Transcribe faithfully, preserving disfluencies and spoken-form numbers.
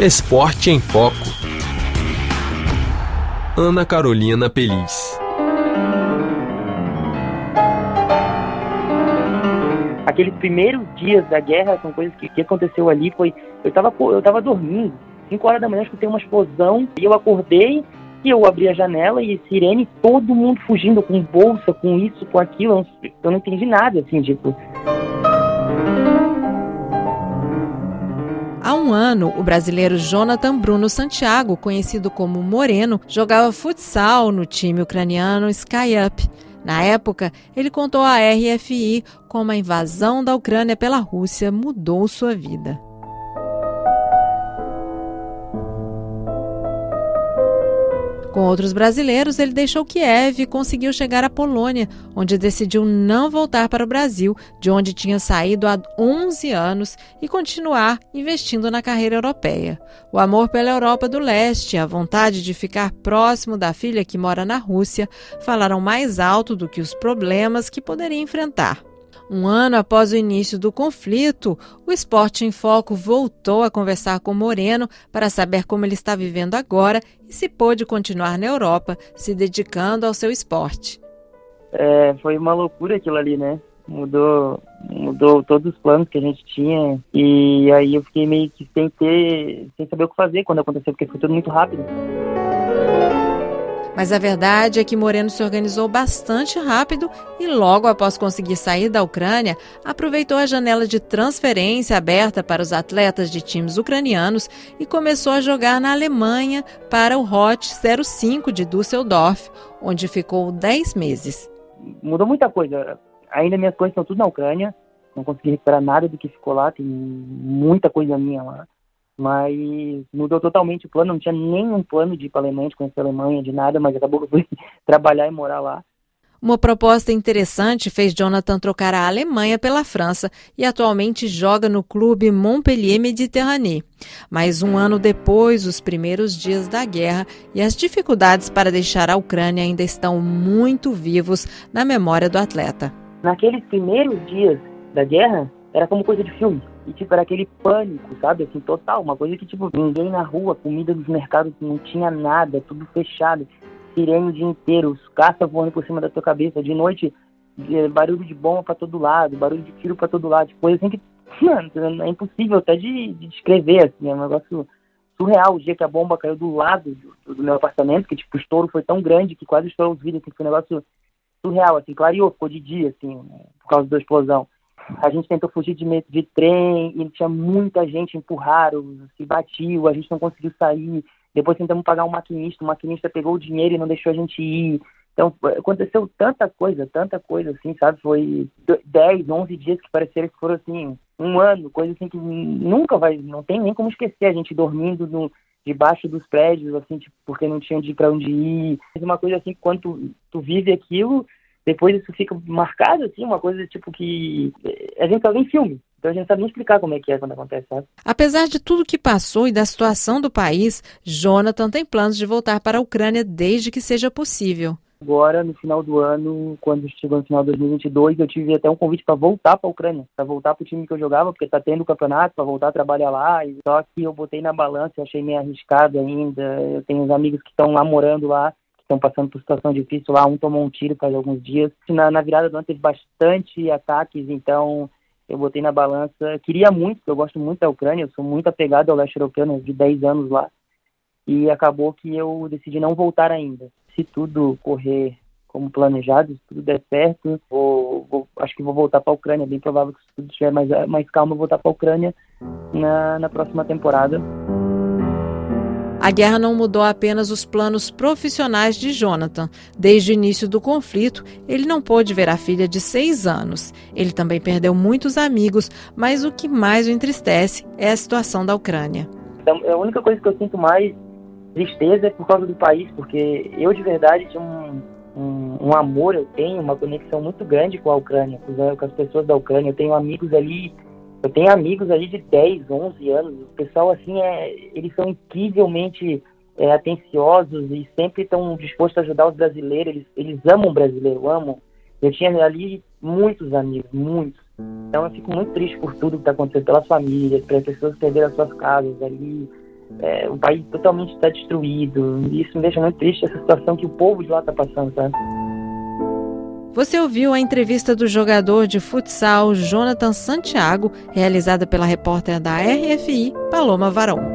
Esporte em Foco. Ana Carolina Peliz. Aqueles primeiros dias da guerra, são coisas que, que aconteceu ali, foi... Eu tava, eu tava dormindo, cinco horas da manhã, eu escutei uma explosão, e eu acordei, e eu abri a janela, e sirene, todo mundo fugindo, com bolsa, com isso, com aquilo, eu não, eu não entendi nada, assim, tipo... Há um ano, o brasileiro Jonathan Bruno Santiago, conhecido como Moreno, jogava futsal no time ucraniano SkyUp. Na época, ele contou à R F I como a invasão da Ucrânia pela Rússia mudou sua vida. Com outros brasileiros, ele deixou Kiev e conseguiu chegar à Polônia, onde decidiu não voltar para o Brasil, de onde tinha saído há onze anos, e continuar investindo na carreira europeia. O amor pela Europa do Leste e a vontade de ficar próximo da filha que mora na Rússia falaram mais alto do que os problemas que poderia enfrentar. Um ano após o início do conflito, o Esporte em Foco voltou a conversar com Moreno para saber como ele está vivendo agora e se pôde continuar na Europa, se dedicando ao seu esporte. É, foi uma loucura aquilo ali, né? Mudou, mudou todos os planos que a gente tinha, e aí eu fiquei meio que sem ter, sem saber o que fazer quando aconteceu, porque foi tudo muito rápido. Mas a verdade é que Moreno se organizou bastante rápido e logo após conseguir sair da Ucrânia, aproveitou a janela de transferência aberta para os atletas de times ucranianos e começou a jogar na Alemanha para o Hot zero cinco de Düsseldorf, onde ficou dez meses. Mudou muita coisa. Ainda minhas coisas estão tudo na Ucrânia, não consegui recuperar nada do que ficou lá, tem muita coisa minha lá. Mas mudou totalmente o plano, não tinha nenhum plano de ir para a Alemanha, de conhecer a Alemanha, de nada, mas acabou que eu fui trabalhar e morar lá. Uma proposta interessante fez Jonathan trocar a Alemanha pela França e atualmente joga no clube Montpellier Méditerranée. Mas um ano depois, os primeiros dias da guerra e as dificuldades para deixar a Ucrânia ainda estão muito vivos na memória do atleta. Naqueles primeiros dias da guerra, era como coisa de filme. E, tipo, era aquele pânico, sabe? Assim, total. Uma coisa que, tipo, ninguém na rua, comida dos mercados, não tinha nada, tudo fechado. Sirene o dia inteiro, os caças voando por cima da tua cabeça. De noite, barulho de bomba pra todo lado, barulho de tiro pra todo lado. Tipo, coisa assim que, mano, é impossível até de, de descrever, assim. É um negócio surreal. O dia que a bomba caiu do lado do, do meu apartamento, que, tipo, o estouro foi tão grande que quase estourou os vidros, assim. Foi um negócio surreal, assim. Clareou, ficou de dia, assim, por causa da explosão. A gente tentou fugir de, de trem e tinha muita gente, empurraram, se batiu, a gente não conseguiu sair. Depois tentamos pagar um maquinista, o maquinista pegou o dinheiro e não deixou a gente ir. Então aconteceu tanta coisa, tanta coisa assim, sabe? Foi dez, onze dias que pareceram que foram assim, um ano, coisa assim que nunca vai, não tem nem como esquecer, a gente dormindo no, debaixo dos prédios, assim, tipo, porque não tinha de para onde ir. Uma coisa assim, quando tu, tu vive aquilo, depois isso fica marcado, assim, uma coisa tipo que a gente só vê em filme. Então a gente sabe nem explicar como é que é quando acontece, sabe? Apesar de tudo que passou e da situação do país, Jonathan tem planos de voltar para a Ucrânia desde que seja possível. Agora, no final do ano, quando chegou no final de dois mil e vinte e dois, eu tive até um convite para voltar para a Ucrânia, para voltar para o time que eu jogava, porque tá tendo campeonato, para voltar a trabalhar lá. E só que eu botei na balança, eu achei meio arriscado ainda. Eu tenho uns amigos que estão lá morando lá, estão passando por situação difícil lá, um tomou um tiro faz alguns dias. Na, na virada do ano teve bastante ataques, então eu botei na balança. Queria muito, porque eu gosto muito da Ucrânia, eu sou muito apegado ao leste europeu, de dez anos lá, e acabou que eu decidi não voltar ainda. Se tudo correr como planejado, se tudo der certo, vou, vou, acho que vou voltar para a Ucrânia, é bem provável que se tudo estiver mais, mais calmo, eu vou voltar para a Ucrânia na, na próxima temporada. A guerra não mudou apenas os planos profissionais de Jonathan. Desde o início do conflito, ele não pôde ver a filha de seis anos. Ele também perdeu muitos amigos, mas o que mais o entristece é a situação da Ucrânia. Então, a única coisa que eu sinto mais tristeza é por causa do país, porque eu de verdade tinha um, um, um amor, eu tenho uma conexão muito grande com a Ucrânia, com as pessoas da Ucrânia. Eu tenho amigos ali Eu tenho amigos ali de dez, onze anos, o pessoal assim, é, eles são incrivelmente é, atenciosos e sempre estão dispostos a ajudar os brasileiros, eles, eles amam o brasileiro, amam. Eu tinha ali muitos amigos, muitos. Então eu fico muito triste por tudo que está acontecendo, pelas famílias, pelas pessoas que perderam as suas casas ali. É, o país totalmente está destruído. E isso me deixa muito triste, essa situação que o povo de lá está passando, sabe? Você ouviu a entrevista do jogador de futsal Jonathan Santiago, realizada pela repórter da R F I, Paloma Varão.